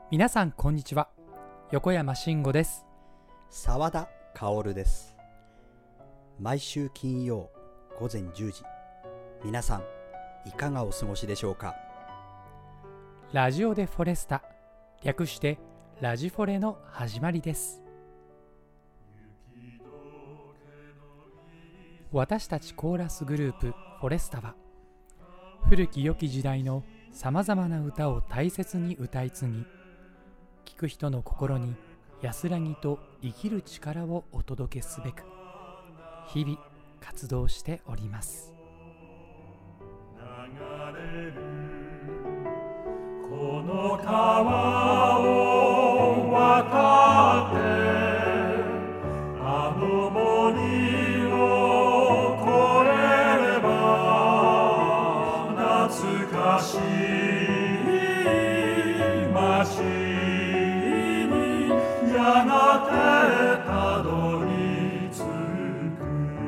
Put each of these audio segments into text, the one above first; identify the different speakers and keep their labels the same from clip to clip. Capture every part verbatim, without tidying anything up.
Speaker 1: 皆さんこんにちは。横山慎吾です。
Speaker 2: 澤田薫です。毎週金曜午前じゅうじ、皆さんいかがお過ごしでしょうか。
Speaker 1: ラジオでフォレスタ、略してラジフォレの始まりです。私たちコーラスグループフォレスタは、古き良き時代のさまざまな歌を大切に歌い継ぎ、聴く人の心に安らぎと生きる力をお届けすべく日々活動しております。
Speaker 3: 流れるこの川を渡ってあの森を越えれば懐かしい街やがてたどり着く。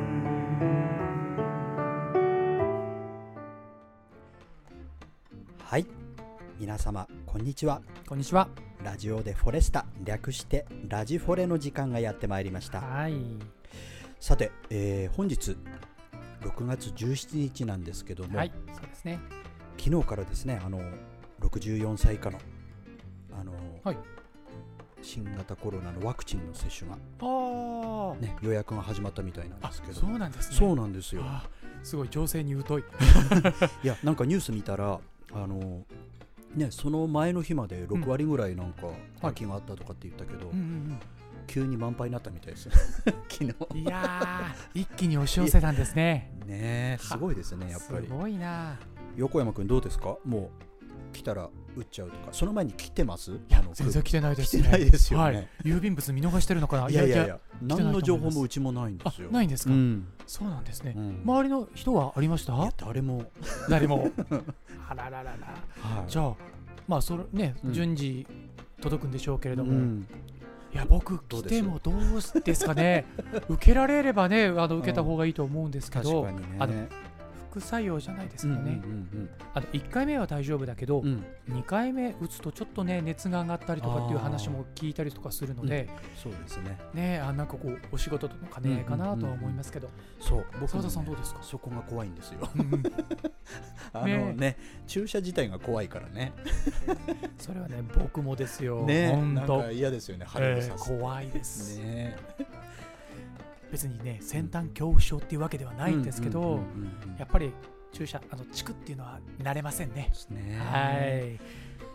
Speaker 2: はい、皆様こんにちは。
Speaker 1: こんにちは。
Speaker 2: ラジオでフォレスタ、略してラジフォレの時間がやってまいりました。
Speaker 1: はい。
Speaker 2: さて、えー、本日ろくがつじゅうしちにちなんですけども、
Speaker 1: はい、そうですね。
Speaker 2: 昨日からですね、あのろくじゅうよんさい以下のあの、
Speaker 1: はい、
Speaker 2: 新型コロナのワクチンの接種が、
Speaker 1: あ、
Speaker 2: ね、予約が始まったみたいなんですけど。
Speaker 1: そうなんですね。
Speaker 2: そうなんですよ。
Speaker 1: すごい情勢に疎い。
Speaker 2: いや、なんかニュース見たらあの、ね、その前の日までろくわりぐらいなんか空きがあったとかって言ったけど、
Speaker 1: うんうんうん、
Speaker 2: 急に満杯になったみたいです昨日。
Speaker 1: いやー、一気に押し寄せたんですね。
Speaker 2: ねえ、すごいですね、やっぱり。
Speaker 1: すごいな。
Speaker 2: 横山くんどうですか。もう来たら打っちゃうとか。その前に来てます？い
Speaker 1: や、全然来てないですね。
Speaker 2: 来てないですよね、はい、
Speaker 1: 郵便物見逃してるのかな。
Speaker 2: いやいやいや、何の情報もうちもないんですよ。
Speaker 1: ないんですか、
Speaker 2: うん、
Speaker 1: そうなんですね、うん、周りの人はありました？
Speaker 2: いや、誰も
Speaker 1: 誰もあらららら、はい、じゃあまあそれね、うん、順次届くんでしょうけれども、うん、いや僕来てもどうですかね受けられればね、あの受けた方がいいと思うんですけど、
Speaker 2: 確かにね、
Speaker 1: あの副作用じゃないですかね、うんうんうんうん、あのいっかいめは大丈夫だけど、うん、にかいめ打つとちょっとね熱が上がったりとかっていう話も聞いたりとかするので、
Speaker 2: うん、そうですね、
Speaker 1: ね、あ、なんかこうお仕事との兼ね合いかなとは思いますけど、
Speaker 2: うんうんうん、そう、僕
Speaker 1: 澤田さんどうですか？
Speaker 2: そこが怖いんですよあのね、ね、注射自体が怖いからね
Speaker 1: それはね、僕もですよ
Speaker 2: ね、なんか嫌ですよね、針を刺す、
Speaker 1: えー、怖いです
Speaker 2: ね。
Speaker 1: 別にね、先端恐怖症っていうわけではないんですけど、やっぱり注射、あのチクっていうのは慣れませんね。
Speaker 2: ね、
Speaker 1: はい。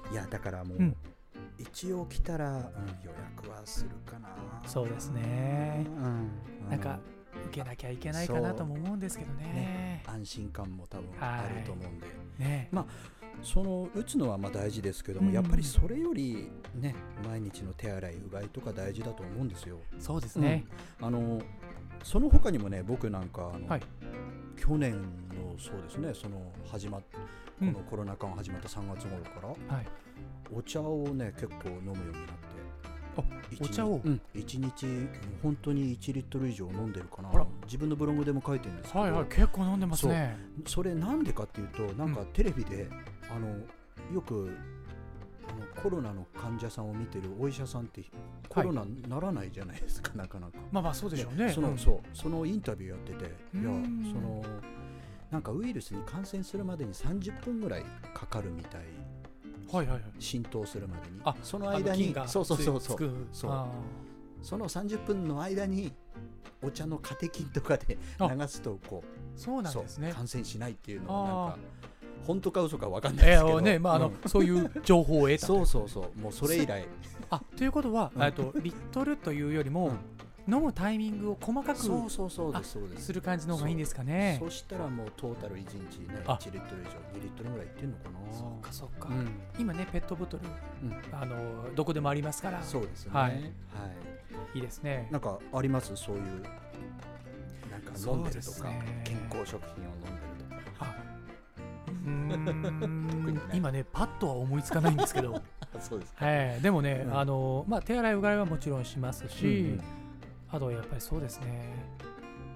Speaker 2: いや、だからもう、うん、一応来たら、うん、予約はするかな。
Speaker 1: そうですね、うん、なんか受けなきゃいけないかなとも思うんですけど ね, ね
Speaker 2: 安心感も多分あると思うんで、
Speaker 1: ね、
Speaker 2: まあその打つのはまあ大事ですけども、うん、やっぱりそれよりね、毎日の手洗いうがいとか大事だと思うんですよ。
Speaker 1: そうですね、
Speaker 2: うん、あのその他にもね、僕なんかあの、はい、去年のそうですね、その始まっこのコロナ禍が始まったさんがつ頃から、うん、はい、お茶をね結構飲むようになって、
Speaker 1: あ、お茶を、
Speaker 2: うん、いちにち本当にいちリットル以上飲んでるかな。自分のブログでも書いてるんですけど、
Speaker 1: はいはい、結構飲んでますね。
Speaker 2: そ, それなんでかっていうと、なんかテレビで、うん、あのよくあのコロナの患者さんを見てるお医者さんってコロナならないじゃないですか、はい、なかなか。
Speaker 1: まあまあそうでしょうね。
Speaker 2: その、うん、そうそのインタビューやってて、いや、そのなんかウイルスに感染するまでにさんじゅっぷんぐらいかかるみたい。
Speaker 1: はいはいはい、
Speaker 2: 浸透するまでに。
Speaker 1: あ、
Speaker 2: その間に、
Speaker 1: そうそうそうそう、
Speaker 2: そうそのさんじゅっぷんの間にお茶のカテキンとかで流すとこう、
Speaker 1: そうなんですね、
Speaker 2: 感染しないっていうのはなんか本当か嘘か分かんないですけど、
Speaker 1: えーね、まああのうん、そういう情報を得た
Speaker 2: そうそうそう、もうそれ以来
Speaker 1: あ、ということは、うん、とリットルというよりも、うん、飲むタイミングを細かく
Speaker 2: そうそうそうですそうです
Speaker 1: する感じの方がいいんですかね。
Speaker 2: そしたらもうトータルいちにちね、いちリットル以上にリットルぐらいいってんのかな。
Speaker 1: そうかそうか、うん、今ねペットボトル、うん、あのどこでもありますから。
Speaker 2: そうですね、
Speaker 1: はい、
Speaker 2: はい、
Speaker 1: いいですね。
Speaker 2: なんかあります？そういうなんか飲んでるとか、ね、健康食品を飲んでるとか。あ、
Speaker 1: うーん今ねパッとは思いつかないんですけど
Speaker 2: そうですか、
Speaker 1: はい、でもね、うん、あのまあ、手洗いうがいはもちろんしますし、うんうん、あとやっぱりそうですね、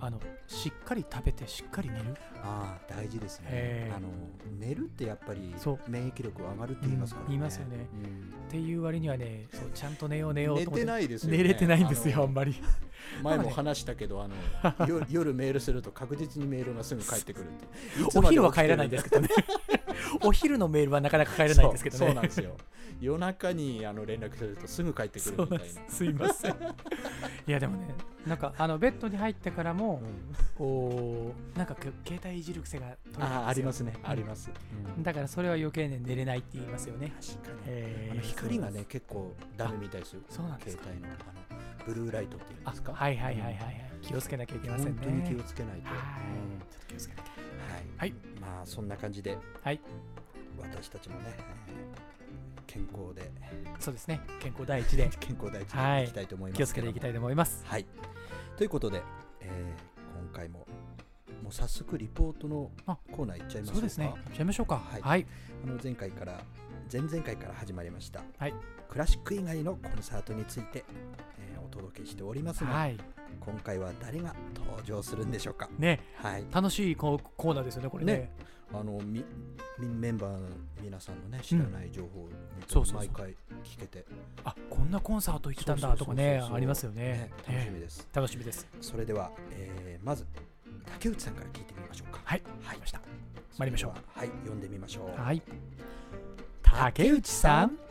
Speaker 1: あのしっかり食べてしっかり寝る。
Speaker 2: ああ大事ですね。あの寝るってやっぱり免疫力上がるって言いますからね。
Speaker 1: 言いますよね。っていう割にはね、そうちゃんと寝よう寝ようと思って
Speaker 2: 寝てないですよね。
Speaker 1: 寝れてないんですよあんまり。
Speaker 2: 前も話したけど、あの夜, 夜メールすると確実にメールがすぐ返ってくるって。
Speaker 1: お昼は帰らないんですけどね。お昼のメールはなかなか帰らないんですけどね。
Speaker 2: そう、そうなんですよ。夜中にあの連絡するとすぐ帰ってくるみたいな。
Speaker 1: すいません。いやでもね、なんかあのベッドに入ってからも、うん、おなんか携帯いじる癖が取れるんですよ。
Speaker 2: あ, ありますね、あります、
Speaker 1: うん、だからそれは余計ね寝れないって言いますよね。
Speaker 2: 確かに、えー、あの光がね結構ダメみたいですよ。
Speaker 1: そうなんですか。
Speaker 2: 携帯のあのブルーライトっていうんですか。
Speaker 1: はいはいはいはい、はい、気をつけなきゃいけませんね。
Speaker 2: 本当に気をつけないと。はい、
Speaker 1: うん、ちょっと気をつけなきゃ。
Speaker 2: はい、
Speaker 1: はい、
Speaker 2: まあそんな感じで、
Speaker 1: はい、
Speaker 2: 私たちもね、健康で、
Speaker 1: そうですね、健康第一で
Speaker 2: 健康第一でいきたいと思います、
Speaker 1: はい、気をつけていきたいと思います。
Speaker 2: はい、ということで、えー、今回ももう早速リポートのコーナーいっちゃいましょうか。
Speaker 1: そうですね、いっちゃいましょうか。
Speaker 2: はい、
Speaker 1: はい、
Speaker 2: あの前回から前々回から始まりました、
Speaker 1: はい、
Speaker 2: クラシック以外のコンサートについて、えー、お届けしておりますが、はい、今回は誰が登場するんでしょうか
Speaker 1: ね。
Speaker 2: はい、
Speaker 1: 楽しいコーナーですよねこれね。ね、
Speaker 2: あのみメンバーの皆さんのね知らない情報を、うん、毎回聞けて、
Speaker 1: あ、こんなコンサート行ったんだとかね、ありますよね。
Speaker 2: ね、楽しみです、
Speaker 1: えー、楽しみです。
Speaker 2: それでは、えー、まず竹内さんから聞いてみましょうか。
Speaker 1: はい、はい、ました。参りましょう。
Speaker 2: はい、読んでみましょう。
Speaker 1: はい、竹内さん。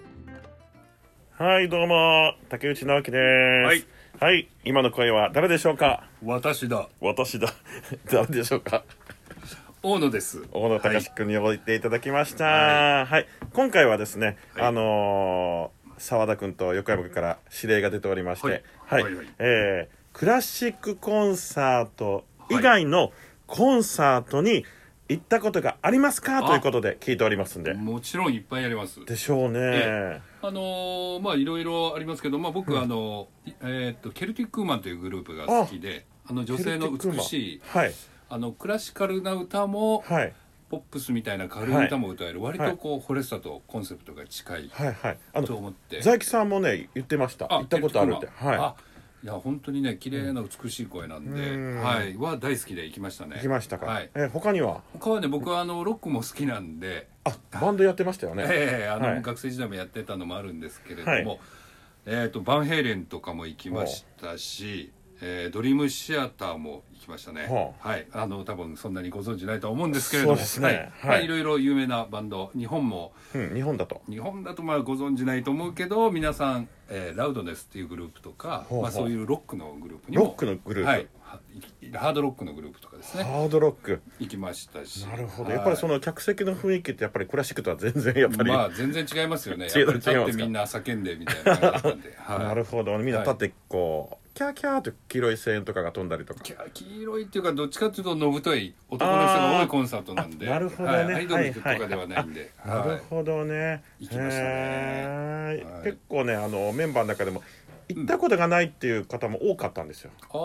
Speaker 4: はい、どうも竹内直樹です。はい、はい、今の声は誰でしょうか。
Speaker 5: 私だ。
Speaker 4: 私だ。誰でしょうか。
Speaker 5: 大野です。
Speaker 4: 大野隆君においていただきました。はい、はい、今回はですね、はい、あの澤、ー、田君と横山君から指令が出ておりまして、はい、はいはいはい、えー、クラシックコンサート以外のコンサートに行ったことがありますか、ということで聞いておりますんで。
Speaker 5: もちろんいっぱいあります
Speaker 4: でしょうね。え
Speaker 5: ー、あのー、まあいろいろありますけど、まあ、僕はあの、うん、えー、っとケルティックウーマンというグループが好きで、あの女性の美しい、はい、あのクラシカルな歌も、はい、ポップスみたいな軽い歌も歌える、はい、割とこう、はい、フォレスタとコンセプトが近い、はいはい、あのと思って。
Speaker 4: 財木さんもね言ってました。行ったことあるって。はい、
Speaker 5: あ、いや本当にね綺麗な美しい声なんで、うん、はい、は大好きで行きましたね。
Speaker 4: 行きましたか。
Speaker 5: はい、
Speaker 4: えー、他には
Speaker 5: 他はね、僕はあのロックも好きなんで、
Speaker 4: あ、バンドやってましたよね。
Speaker 5: えー、あの、はい、学生時代もやってたのもあるんですけれども、はい、えーとバンヘイレンとかも行きましたし、えー、ドリームシアターも行きましたね。はい、あの多分そんなにご存知ないとは思うんですけれども、そうですね、はい、はい、まあ、いろいろ有名なバンド、日本も、
Speaker 4: うん、日本だと
Speaker 5: 日本だとまあご存知ないと思うけど、皆さん、えー、ラウドネスっていうグループとか、ほうほう、まあ、そういうロックのグループにも、
Speaker 4: ロックのグループ、
Speaker 5: はい、ハードロックのグループとかですね、
Speaker 4: ハードロック
Speaker 5: 行きましたし。
Speaker 4: なるほど、はい、やっぱりその客席の雰囲気ってやっぱりクラシックとは全然やっぱり、
Speaker 5: まあ全然違いますよね。やっぱり立ってみんな叫んでみたいな感じだったんで、はい、
Speaker 4: なるほど、みんな立ってこう、はい、キャーキャーって黄色い声援とかが飛んだりとか。
Speaker 5: 黄色いっていうかどっちかっていうとのぶとい男の人が多いコンサートなんで。
Speaker 4: なるほどね、はい、
Speaker 5: アイドルとかではないんで、
Speaker 4: はいはい、なるほどね、
Speaker 5: 行きましたね、
Speaker 4: はい、結構ね、あのメンバーの中でも行ったことがないっていう方も多かったんですよ、うん、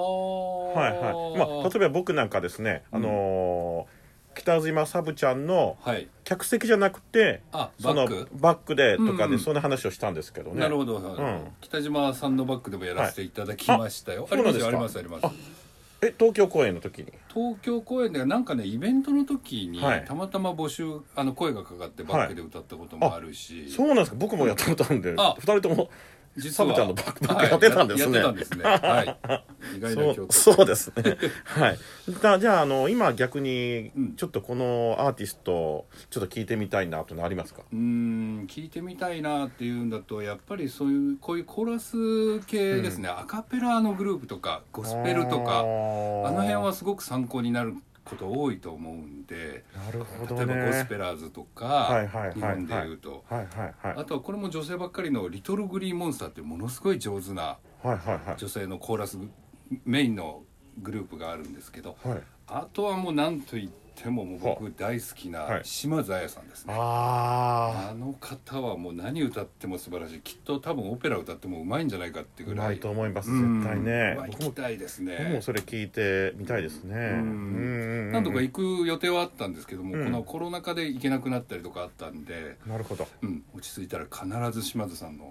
Speaker 4: はいはい、まあ、例えば僕なんかですね、あのーうん、北島サブちゃんの客席じゃなくて、はい、そのバックでとかでそんな話をしたんですけどね、うんうん、
Speaker 5: なるほど、うん、北島さんのバックでもやらせていただきましたよ、はい、ありますよ、ありますあります。
Speaker 4: え、東京公演の時に
Speaker 5: 東京公演でなんかね、イベントの時に、はい、たまたま募集、あの声がかかってバックで歌ったこともあるし、はい、
Speaker 4: そうなんですか。僕もやったことあるんで、ふたりとも
Speaker 5: 実は
Speaker 4: サブちゃんのバックバックやってたんですね。
Speaker 5: やってたんですね。はい。意外な共通。
Speaker 4: そう、そうですね。はい。だじゃあ、あの今逆にちょっとこのアーティストちょっと聞いてみたいなというのありますか？
Speaker 5: うーん、聞いてみたいなっていうんだと、やっぱりそういうこういうコーラス系ですね、うん、アカペラのグループとかゴスペルとか、あの辺はすごく参考になること多いと思うんで、
Speaker 4: なるほどね、
Speaker 5: 例えばゴスペラーズとか、はいはいはいはい、日本でいうと、はいはいはい、あとはこれも女性ばっかりのリトルグリーンモンスターっていうものすごい上手な女性のコーラスメインのグループがあるんですけど、はい、あとはもう何と言ってももう僕大好きな島津亜矢さんですね、はい、あ, あの方はもう何歌っても素晴らしい。きっと多分オペラ歌ってもうまいんじゃないかってぐらい。
Speaker 4: うまいと思います、絶対ね。
Speaker 5: 行きたいですね。
Speaker 4: 僕もそれ聞いてみたいですね。
Speaker 5: 何度か行く予定はあったんですけども、うん、このコロナ禍で行けなくなったりとかあったんで、
Speaker 4: なるほど、
Speaker 5: うん、落ち着いたら必ず島津さんの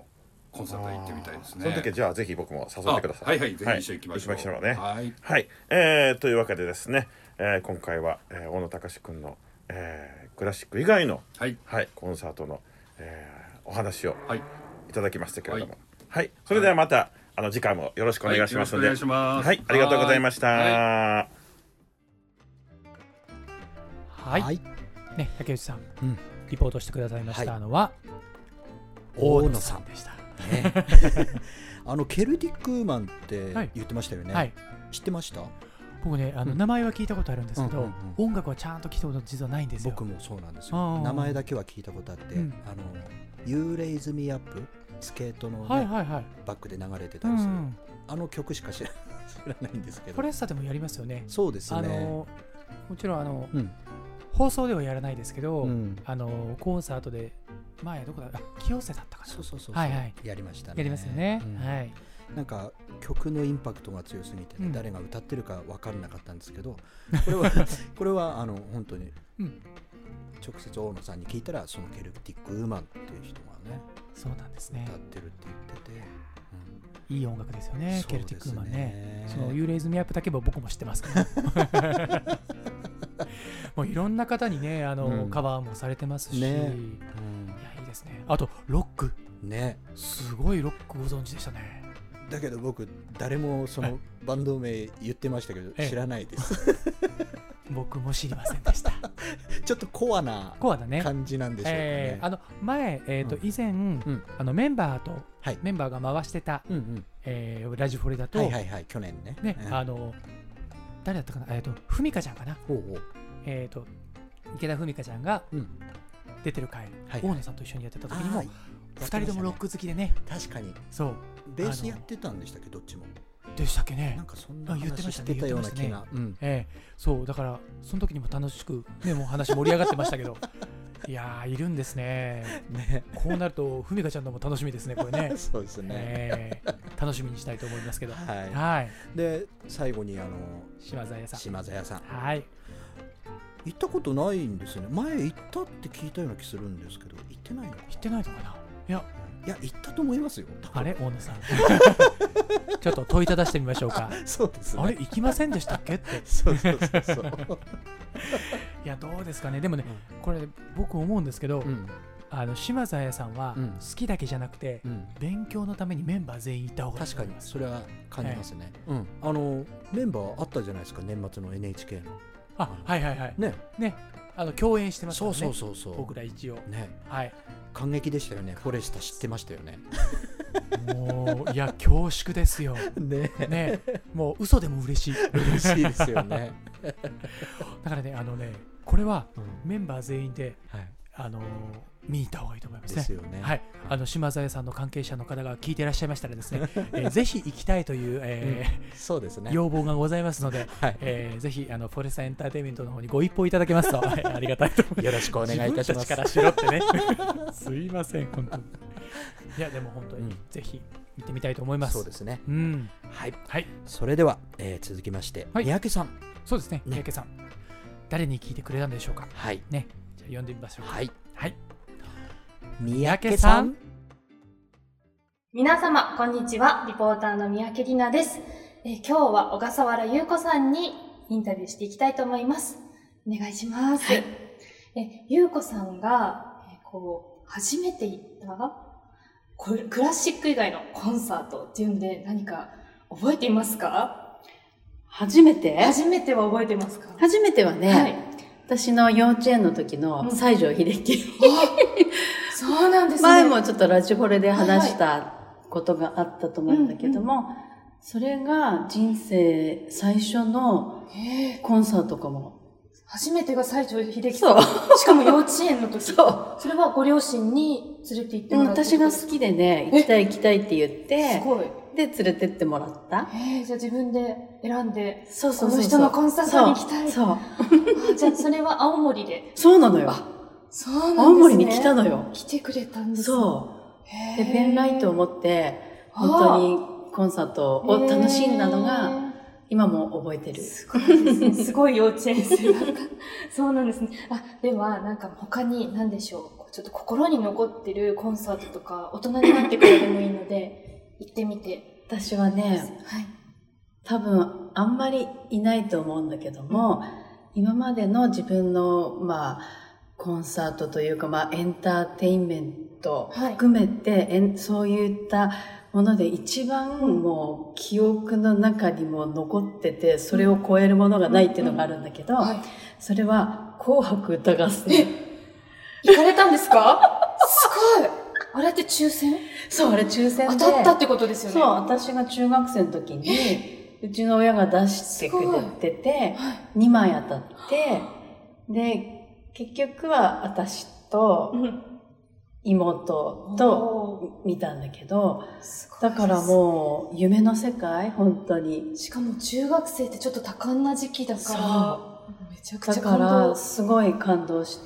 Speaker 5: コンサート行ってみたいですね。
Speaker 4: その時はじゃあぜひ僕も誘ってください。
Speaker 5: はいはい、ぜひ一緒に行きましょう。
Speaker 4: 行きましょうね。
Speaker 5: はい、
Speaker 4: はい、えー、というわけでですね、えー、今回は、えー、大野隆君の、えー、クラシック以外の、
Speaker 5: はい
Speaker 4: はい、コンサートの、えー、お話をいただきましたけれども、
Speaker 5: はい
Speaker 4: はい、それではまた、はい、あの次回もよろしくお願いしますので、
Speaker 5: はい、よろしくお願いします。
Speaker 4: はい、ありがとうございました。
Speaker 1: はい、
Speaker 2: はい、
Speaker 1: ね、竹内さん、
Speaker 2: うん、
Speaker 1: リポートしてくださいましたのは、
Speaker 2: はい、大野さん
Speaker 1: でした。
Speaker 2: ね、あのケルティックウーマンって言ってましたよね。はい、知ってました？
Speaker 1: 僕ね、あの名前は聞いたことあるんですけど、うんうんうん、音楽はちゃんと聞いたこと実はないんですよ。
Speaker 2: 僕もそうなんですよ。名前だけは聞いたことあって、うん、あのYou Raise Me Up、スケートの、ね、はいはいはい、バックで流れてたりする、うん、あの曲しか知らないんですけど。
Speaker 1: フォレスタでもやりますよね。
Speaker 2: そうですね。
Speaker 1: あのもちろんあの、うん、放送ではやらないですけど、うん、あのコンサートで前どこだ、あ、清瀬だったかな。
Speaker 2: そうそうそうそう、
Speaker 1: はいはい、
Speaker 2: やりましたね。
Speaker 1: やりますよね。
Speaker 2: うん、
Speaker 1: はい。
Speaker 2: なんか曲のインパクトが強すぎてね、うん、誰が歌ってるか分からなかったんですけど、これはこれはあの本当に、うん、直接大野さんに聞いたら、そのケルティックウーマンっていう人がね、
Speaker 1: そうなんですね、
Speaker 2: 歌ってるって言ってて、
Speaker 1: うん、いい音楽ですよね、ケルティックウーマンね。その You Raise Me Up だけは僕も知ってますけどもういろんな方にね、あの、うん、カバーもされてますし、ね、うん、いや、いいですね。あとロックね、すごいロックご存知でしたね。
Speaker 2: だけど僕誰もそのバンド名言ってましたけど知らないです
Speaker 1: 僕も知りませんでした
Speaker 2: ちょっとコアな感じなんでしょうかね。
Speaker 1: えー、あの前、えーとうん、以前、うん、あのメンバーと、はい、メンバーが回してた、うんうん、えー、ラジフォレだと、
Speaker 2: はいはいはい、去年ね、
Speaker 1: ね、うん、あの誰だったかな、えーとふみかちゃんかな、おうおう、えーと池田ふみかちゃんが出てる回、はい、大野さんと一緒にやってた時にもふたりともロック好きでね。
Speaker 2: 確かに。
Speaker 1: そう
Speaker 2: ベースやってたんでしたっけ、どっちも
Speaker 1: でしたっけね。
Speaker 2: なんかそんな話してたような気が、
Speaker 1: ええ、そうだからその時にも楽しくね、もう話盛り上がってましたけどいやー、いるんですね。ね、こうなるとふみかちゃんのも楽しみですね、これね。
Speaker 2: そうですね、
Speaker 1: えー、楽しみにしたいと思いますけど、
Speaker 2: はい、はい、で最後にあの
Speaker 1: 島沢屋さん
Speaker 2: 島沢屋さん、
Speaker 1: はい、
Speaker 2: 行ったことないんですよね。前行ったって聞いたような気するんですけど、行ってないのかな。
Speaker 1: 行ってないのかな。いや
Speaker 2: いや、行ったと思いますよ。
Speaker 1: あれ、大野さんちょっと問いただしてみましょうか。
Speaker 2: そうですね。
Speaker 1: あれ、行きませんでしたっけって
Speaker 2: そうそうそうそう
Speaker 1: いや、どうですかね。でもね、うん、これ僕思うんですけど、うん、あの島沢屋さんは好きだけじゃなくて、うん、勉強のためにメンバー全員行った方がいい。
Speaker 2: 確かにそれは感じますね、はい、うん、あのメンバーあったじゃないですか、年末の エヌエイチケー の。
Speaker 1: あ、はいはいはい、ねね、あの共演してますからね。
Speaker 2: そうそうそうそう、
Speaker 1: 僕ら一応
Speaker 2: ね、
Speaker 1: はい、
Speaker 2: 感激でしたよね。フォレスタ知ってましたよね
Speaker 1: もういや恐縮ですよねね、もう嘘でも嬉しい
Speaker 2: 嬉しいですよね
Speaker 1: だからね、あのね、これはメンバー全員で、うん、はい、あのー、見に行った方がいいと思いますね。
Speaker 2: ですよね。
Speaker 1: はい、あの島沢さんの関係者の方が聞いていらっしゃいましたらですね、えー、ぜひ行きたいという、えー
Speaker 2: うん、そうですね、
Speaker 1: 要望がございますので、はい、えー、ぜひあのフォレスタエンターテインメントの方にご一報いただけますと、はい、ありがたいと思います。
Speaker 2: よろしくお願いいたします。
Speaker 1: 自分たちからしろってねすいません本当に。いやでも本当に、うん、ぜひ行ってみたいと思います。
Speaker 2: そうですね、
Speaker 1: うん、
Speaker 2: はい、はい、それでは、えー、続きまして、はい、三宅さん。
Speaker 1: そうですね、ね、三宅さん、誰に聞いてくれたんでしょうか。
Speaker 2: はい
Speaker 1: ね、じゃあ呼んでみましょうか。
Speaker 2: はい、
Speaker 1: はい、
Speaker 2: 三宅さん。
Speaker 6: 皆様こんにちは、リポーターの三宅里奈です。え今日は小笠原優子さんにインタビューしていきたいと思います。お願いします。はい、え優子さんがえこう初めて行ったクラシック以外のコンサートっていうので何か覚えていますか？
Speaker 7: 初めて
Speaker 6: 初めては覚えてますか？
Speaker 7: 初めてはね、はい、私の幼稚園の時の西城秀樹、うん、
Speaker 6: そうなんですね。
Speaker 7: 前もちょっとラジフォレで話したことがあったと思うんだけども、はい、うんうん、それが人生最初のコンサートかも。
Speaker 6: 初めてが西城秀樹さん。しかも幼稚園の時。そう。それはご両親に連れて行ってもらった、うん、
Speaker 7: 私が好きでね、行きたい行きたいって言って、すごい。で、連れてってもらった。
Speaker 6: へえ、じゃあ自分で選んで、
Speaker 7: そうそうそう。
Speaker 6: この人のコンサートに行きたい。
Speaker 7: そう。
Speaker 6: そうじゃあそれは青森で。
Speaker 7: そうなのよ。
Speaker 6: そうなんですね。
Speaker 7: 青森に来たのよ。
Speaker 6: 来てくれたんです。
Speaker 7: そう。で、ペンライトを持って、本当にコンサートを楽しんだのが、今も覚えてる。
Speaker 6: すごいですね。すごい幼稚園生だった。そうなんですね。あ、では、なんか他に何でしょう。 ちょっと心に残ってるコンサートとか大人になってからでもいいので行ってみて。
Speaker 7: 私はね、はい、多分あんまりいないと思うんだけども、うん、今までの自分のまあコンサートというか、まあ、エンターテインメント含めて、はい、そういったもので一番もう記憶の中にも残ってて、それを超えるものがないっていうのがあるんだけど、はい、それは紅白歌合戦。
Speaker 6: 行かれたんですか？すごい。あれって抽選？
Speaker 7: そう、あれ抽選で。
Speaker 6: 当たったってことですよね。
Speaker 7: そう、私が中学生の時に、うちの親が出してくれてて、にまい当たって、で、結局は私と妹と見たんだけど、だからもう夢の世界、本当に。
Speaker 6: しかも中学生ってちょっと多感な時期だから、めちゃくちゃ
Speaker 7: 感動。だからすごい感動して、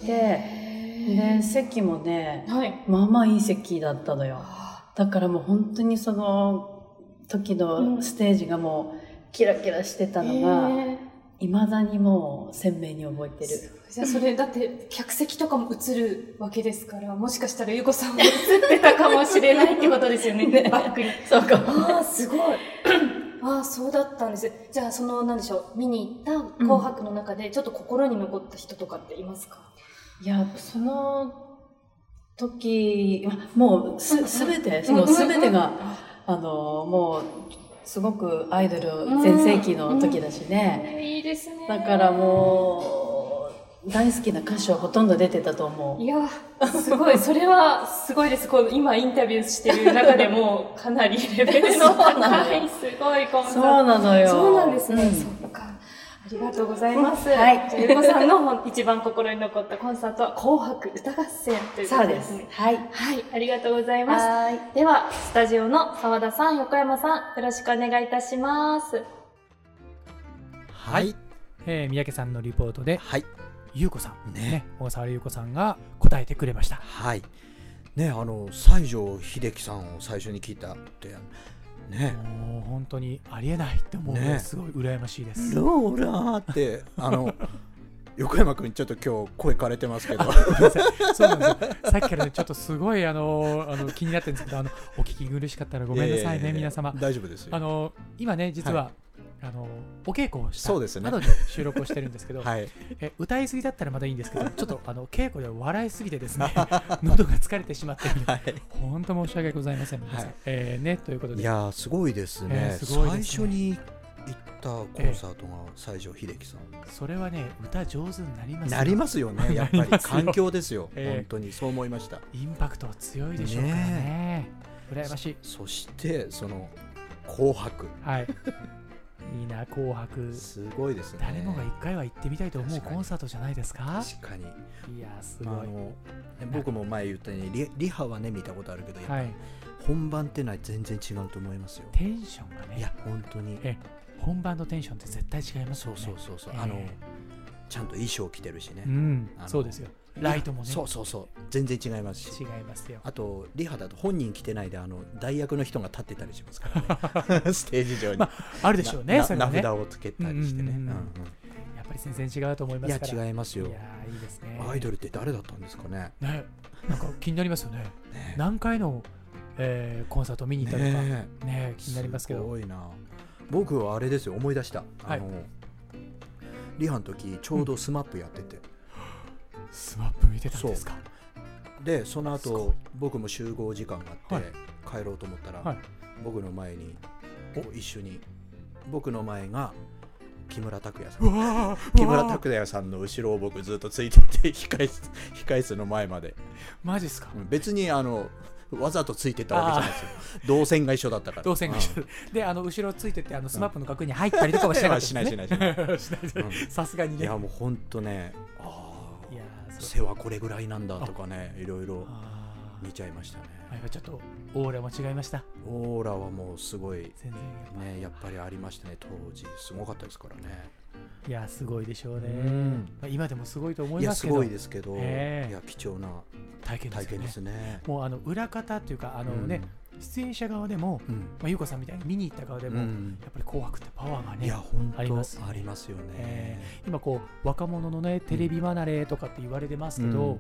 Speaker 7: で、席もね、はい、まあまあいい席だったのよ。だからもう本当にその時のステージがもうキラキラしてたのが、いまだにもう鮮明に覚えてる。
Speaker 6: じゃあそれだって客席とかも映るわけですから、もしかしたらゆうこさんも映ってたかもしれないってことですよね、ねバックに。
Speaker 7: そうかも。
Speaker 6: ああ、すごい。ああ、そうだったんです。じゃあその、なんでしょう、見に行った紅白の中でちょっと心に残った人とかっていますか？
Speaker 7: いや、その時、もうす、すべて、もうすべてが、あの、もう、すごくアイドル全盛期の時だしね。
Speaker 6: うんうん、いいですね。
Speaker 7: だからもう、大好きな歌手はほとんど出てたと思う。
Speaker 6: いや、すごい、それはすごいです。こう今インタビューしてる中でも、かなりレベルの高い、すごいコンサート。
Speaker 7: そうなのよ。
Speaker 6: そうなんですね。うん、そっか。ありがとうございます。はい。じゃあ、ゆうこさんの一番心に残ったコンサートは、紅白歌合戦ということですね。そうです。
Speaker 7: はい。
Speaker 6: はい。ありがとうございます。はい。では、スタジオの澤田さん、横山さん、よろしくお願いいたします。
Speaker 1: はい。えー、三宅さんのリポートで、はい。ゆうこさん、ね、ね、小笠原ゆうこさんが答えてくれました。
Speaker 2: はい。ね、あの、西城秀樹さんを最初に聞いたって、ね、
Speaker 1: もう本当にありえないって思うので、すごい羨ましいです。
Speaker 2: ローラーってあの横山君ちょっと今日声枯れてますけど、
Speaker 1: そうなんですよ。さっきからねちょっとすごいあのあの気になってるんですけど、あのお聞き苦しかったらごめんなさいね、皆様。
Speaker 2: 大丈夫ですよ。
Speaker 1: あの今ね実は、はい、あのお稽古をした後で収録をしてるんですけど、はい、え歌いすぎだったらまだいいんですけど、ちょっとあの稽古で笑いすぎてですね喉が疲れてしまっている、はい、本当申し訳ございません、皆さん、はい、えー、ねということで、
Speaker 2: いやすごいですね、えー、すごいですね。最初に行ったコンサートが西城秀樹さん、
Speaker 1: えー、それはね歌上手になります
Speaker 2: よ。なりますよね、やっぱり環境ですよ、えー、本当にそう思いました。
Speaker 1: インパクトは強いでしょうからね、羨ましい。
Speaker 2: そしてその紅白、はい
Speaker 1: いいな、紅白
Speaker 2: すごいですね。
Speaker 1: 誰もが一回は行ってみたいと思うコンサートじゃないですか。
Speaker 2: 確かに。
Speaker 1: いやすごい、あの
Speaker 2: 僕も前言ったように リ, リハはね見たことあるけど、やっぱり本番ってのは全然違うと思いますよ。
Speaker 1: テンションがね、
Speaker 2: いや本当に
Speaker 1: え本番のテンションって絶対違いますよね。
Speaker 2: そうそうそうそう、あのちゃんと衣装着てるしね、
Speaker 1: うん、そうですよ。ライトもね、
Speaker 2: そうそうそう全然違いますし、
Speaker 1: 違いますよ。
Speaker 2: あとリハだと本人着てないであの代役の人が立ってたりしますからねステージ上に、ま
Speaker 1: あ、あるでしょうね、それね、
Speaker 2: 名札をつけたりしてね、うんうんうん、
Speaker 1: やっぱり全然違うと思いますから。
Speaker 2: いや違いますよ。
Speaker 1: いやいいですね。
Speaker 2: アイドルって誰だったんですかね。
Speaker 1: ね、なんか気になりますよねね、何回の、えー、コンサート見に行ったのか ね, ね気になりますけど。
Speaker 2: すごいな。僕はあれですよ、思い出した、あの、はい、リハの時ちょうどスマップやってて、うん、
Speaker 1: スマップ見てたんですか。
Speaker 2: でその後僕も集合時間があって、はい、帰ろうと思ったら、はい、僕の前に一緒に僕の前が木村拓哉さん、木村拓哉さんの後ろを僕ずっとついてって控え室、控え室の前まで。
Speaker 1: マジっすか。
Speaker 2: 別にあのわざとついてたわけじゃないですよ。動線が一緒だったから。
Speaker 1: 動線が一緒で、あの後ろついてってあのスマップの額に入ったりとかはしなかったですね。
Speaker 2: しないしないしない。
Speaker 1: さすがにね。
Speaker 2: いやもう本当ね、ああ、いや背はこれぐらいなんだとかね、いろいろ見ちゃいましたね。
Speaker 1: やっぱちょっとオーラも違いました。
Speaker 2: オーラはもうすごい全然ね、やっぱりありましたね。当時すごかったですからね。
Speaker 1: いやすごいでしょうね。うんまあ、今でもすごいと思いますけど。
Speaker 2: いやすごいですけど、えー、いや貴重な
Speaker 1: 体験ですね。
Speaker 2: 体験ですね。
Speaker 1: もうあの裏方っていうかあのね、うん、出演者側でも、うんまあ、ゆうこさんみたいに見に行った側でも、うん、やっぱり紅白ってパワーがね、いや
Speaker 2: あります、ありますよね。
Speaker 1: えー、今こう若者のねテレビ離れとかって言われてますけど、うん、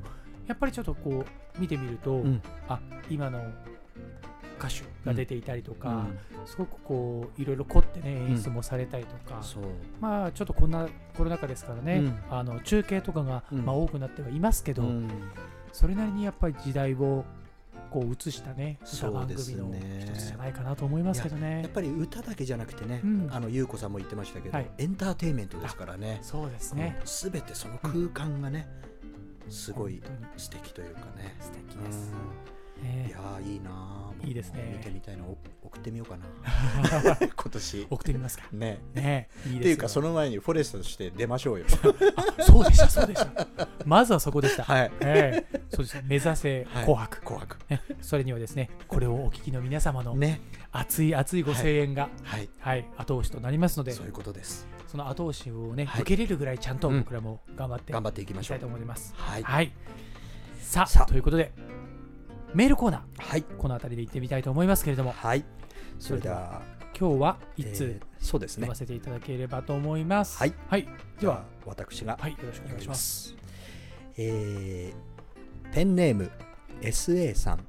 Speaker 1: やっぱりちょっとこう見てみると、うん、あ今の歌手が出ていたりとか、うん、すごくこういろいろ凝ってね演出もされたりとか、うん、まあちょっとこんなコロナ禍ですからね、うん、あの中継とかが、まあ、多くなってはいますけど、うん、それなりにやっぱり時代をこう映したね歌番組の一つじゃないかなと思いますけどね。
Speaker 2: や, やっぱり歌だけじゃなくてね、うん、あの優子さんも言ってましたけど、はい、エンターテインメントですからね。
Speaker 1: そうですね。
Speaker 2: すべてその空間がね、うん、すごい素敵というかね。
Speaker 1: 素敵です。
Speaker 2: いやーいいなー。
Speaker 1: いいですね。
Speaker 2: 見てみたいな。送ってみようかな今年
Speaker 1: 送ってみますか
Speaker 2: ね。
Speaker 1: ねいいですよ。
Speaker 2: っていうかその前にフォレストとして出ましょうよ
Speaker 1: あそうでしたそうでしたまずはそこでした、
Speaker 2: はい
Speaker 1: えー、そうです目指せ紅白、
Speaker 2: はい、紅白、
Speaker 1: ね、それにはですねこれをお聞きの皆様の熱い熱いご声援が、はいはいはい、後押しとなりますので、
Speaker 2: そういうことです。
Speaker 1: その後押しをね、はい、受けれるぐらいちゃんと僕らも頑張って、うん、
Speaker 2: 頑張っていきましょう。
Speaker 1: いきたいと思います。
Speaker 2: はい、
Speaker 1: はい、さあ、さあということでメールコーナー、
Speaker 2: はい、
Speaker 1: この辺りで行ってみたいと思いますけれども、
Speaker 2: はい、それでは
Speaker 1: 今日は一通、
Speaker 2: えー、そうですね、
Speaker 1: 読ませていただければと思います。
Speaker 2: はい、
Speaker 1: はい、では
Speaker 2: 私が、
Speaker 1: はい、よろしくお願いします。
Speaker 2: えー、ペンネーム エスエー さん、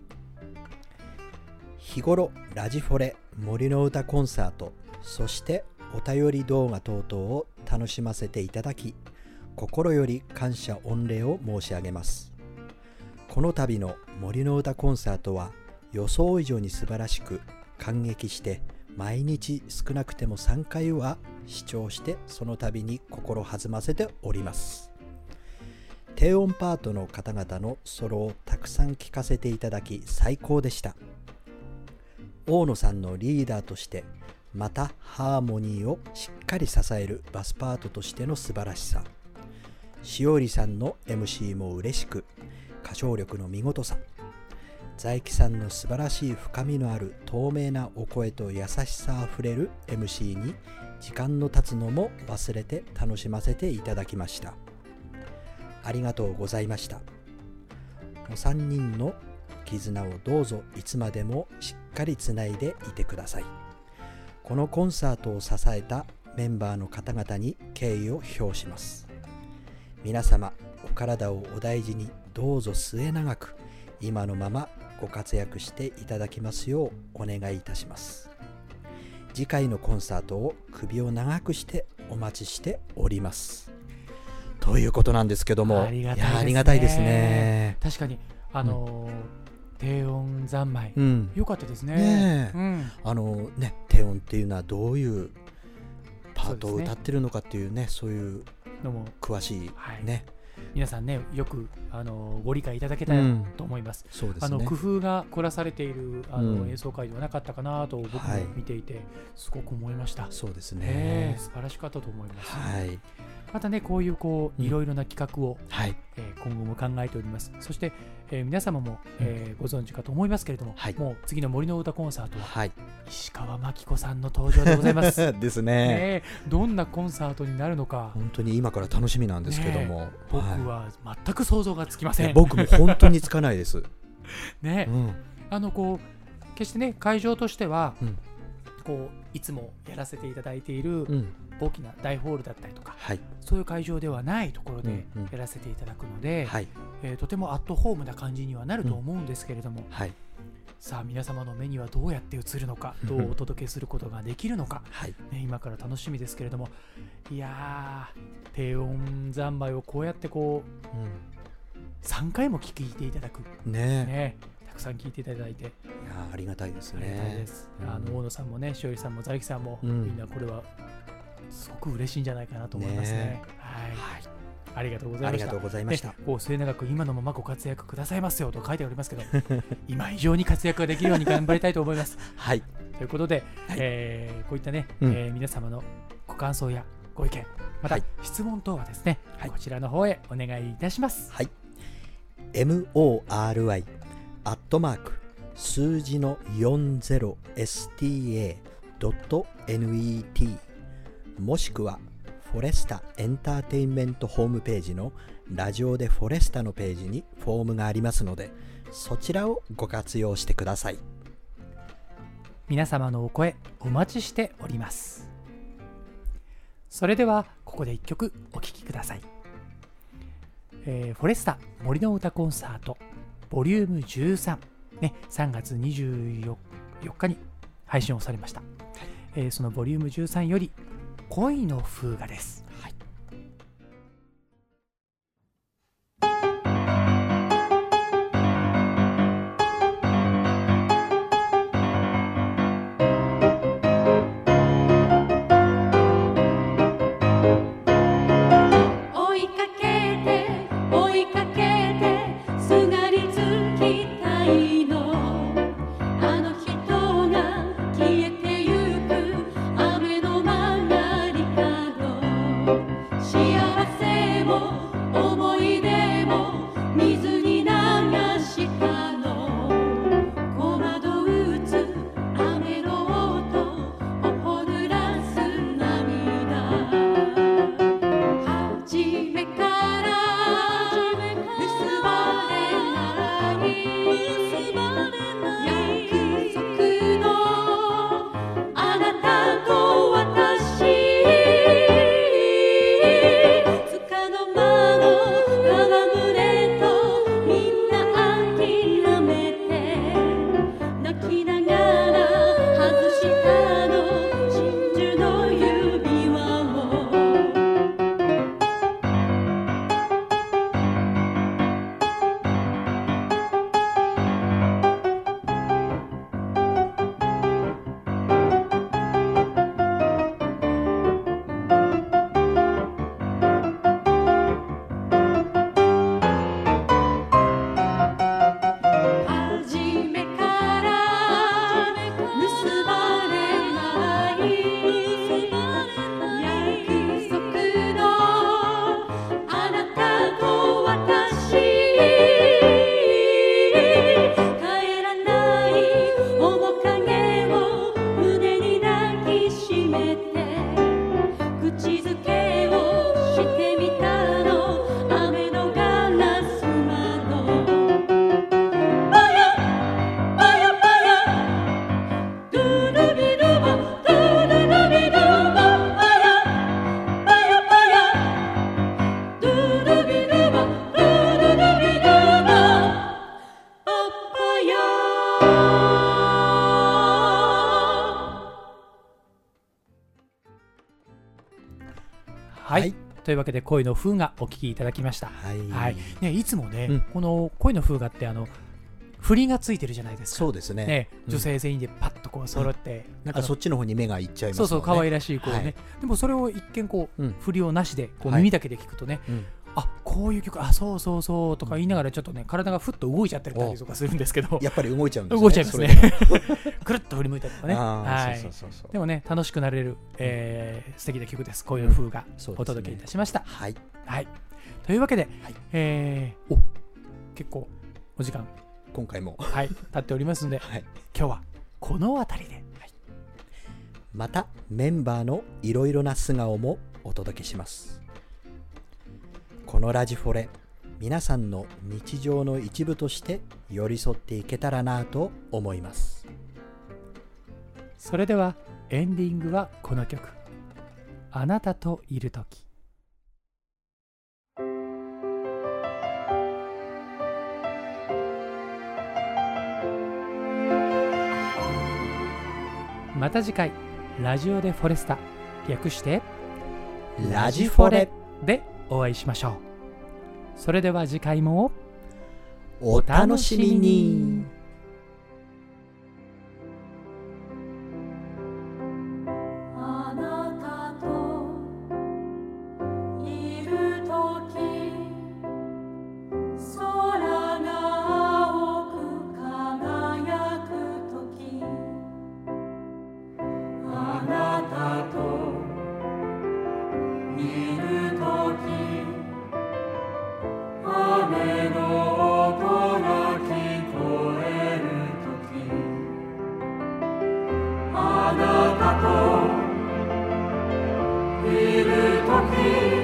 Speaker 2: 日頃ラジフォレ森の歌コンサート、そしてお便り動画等々を楽しませていただき、心より感謝御礼を申し上げます。この度の森の歌コンサートは予想以上に素晴らしく感激して、毎日少なくてもさんかいは視聴して、その度に心弾ませております。低音パートの方々のソロをたくさん聴かせていただき最高でした。大野さんのリーダーとして、またハーモニーをしっかり支えるバスパートとしての素晴らしさ、しおりさんの エムシー も嬉しく、歌唱力の見事さ、財木さんの素晴らしい深みのある透明なお声と優しさあふれる エムシー に時間の経つのも忘れて楽しませていただきました。ありがとうございました。お三人の絆をどうぞいつまでもしっかりつないでいてください。このコンサートを支えたメンバーの方々に敬意を表します。皆様お体をお大事に、どうぞ末永く今のままご活躍していただきますようお願いいたします。次回のコンサートを首を長くしてお待ちしております。ということなんですけども、
Speaker 1: ありがたいですね。
Speaker 2: いや、ありがたいですね。
Speaker 1: 確かにあのーうん、低音三昧、うん、よかったですね。
Speaker 2: ねえ、うん、あのね、低音っていうのはどういうパートを歌ってるのかっていうね、そういうのも詳しいね、はい、
Speaker 1: 皆さんね、よくあのご理解いただけたらと思います。
Speaker 2: うん、そうですね、
Speaker 1: あの工夫が凝らされているあの、うん、演奏会ではなかったかなと僕も見ていて、はい、すごく思いました。
Speaker 2: そうですね、
Speaker 1: えー、素晴らしかったと思います。
Speaker 2: はい、
Speaker 1: またね、こういうこういろいろな企画を、
Speaker 2: はい、
Speaker 1: えー、今後も考えております。そして、えー、皆様も、えー、ご存知かと思いますけれども、はい、もう次の森の歌コンサートは、はい、石川真紀子さんの登場でございます
Speaker 2: ですね。
Speaker 1: ね、どんなコンサートになるのか
Speaker 2: 本当に今から楽しみなんですけども、ね、
Speaker 1: 僕は全く想像がつきません。
Speaker 2: 僕も本当につかないです
Speaker 1: ね、うん、あのこう決してね、会場としては、うん、こういつもやらせていただいている大きな大ホールだったりとか、うん、そういう会場ではないところでやらせていただくので、うんうん、えー、とてもアットホームな感じにはなると思うんですけれども、うん、はい、さあ皆様の目にはどうやって映るのか、どうお届けすることができるのか、はい、ね、今から楽しみですけれども、いやー、低音三昧をこうやってこう、うん、さんかいも聴いていただく、
Speaker 2: ね
Speaker 1: ね、たくさん聴いていただいて、いや
Speaker 2: ありがたいですね。
Speaker 1: ありがたいです。うん、あの大野さんもね、しおりさんもざりきさんも、うん、みんなこれはすごく嬉しいんじゃないかなと思いますね。ね、はい、はい、ありがとうございました。
Speaker 2: ありがとうございました。
Speaker 1: こう末永く今のままご活躍くださいますよと書いておりますけど今以上に活躍ができるように頑張りたいと思います
Speaker 2: はい、
Speaker 1: ということで、はい、えー、こういったね、うん、えー、皆様のご感想やご意見、また、はい、質問等はですね、はい、こちらの方へお願いいたします。
Speaker 2: はい、エムオーアールアイ アットマーク数字の よんじゅうエスティーエー ドット ネット もしくはフォレスタエンターテインメントホームページのラジオでフォレスタのページにフォームがありますので、そちらをご活用してください。
Speaker 1: 皆様のお声お待ちしております。それではここで一曲お聴きください。 えー、フォレスタ森の歌コンサートボリュームじゅうさん、ね、さんがつにじゅうよっかに配信をされました、えー、そのボリュームじゅうさんより恋の風雅です。はい、はい、というわけで恋の風雅お聞きいただきました。はい、はいね、いつもね、うん、この恋の風雅ってあの振りがついてるじゃないですか。
Speaker 2: そうですね。
Speaker 1: ね、女性全員でパッとこう揃って、
Speaker 2: うん、なんかそっちの方に目がいっちゃいますもんね。
Speaker 1: そうそう、可愛らしいこうね、はい、でもそれを一見こう、うん、振りをなしでこう耳だけで聞くとね、はい、あ、こういう曲、あ、そうそうそうとか言いながらちょっとね体がふっと動いちゃってたりとかするんですけど、
Speaker 2: やっぱり動いちゃうんですね。
Speaker 1: 動いちゃいますね。くるっと振り向いたりとかね。はい。でもね、楽しくなれる、えー、素敵な曲です。恋の風雅、うん、お届けいたしました。はい。はい。というわけで、はい、えー、お結構お時間
Speaker 2: 今回も
Speaker 1: はい経っておりますので、はい、今日はこの辺りで、はい、
Speaker 2: またメンバーのいろいろな素顔もお届けします。このラジフォレ、皆さんの日常の一部として寄り添っていけたらなと思います。
Speaker 1: それではエンディングはこの曲、あなたといるとき。また次回ラジオでフォレスタ、略して
Speaker 2: ラジフォレ
Speaker 1: でお会いしましょう。それでは次回も
Speaker 2: お楽しみに。
Speaker 3: あなたといるとき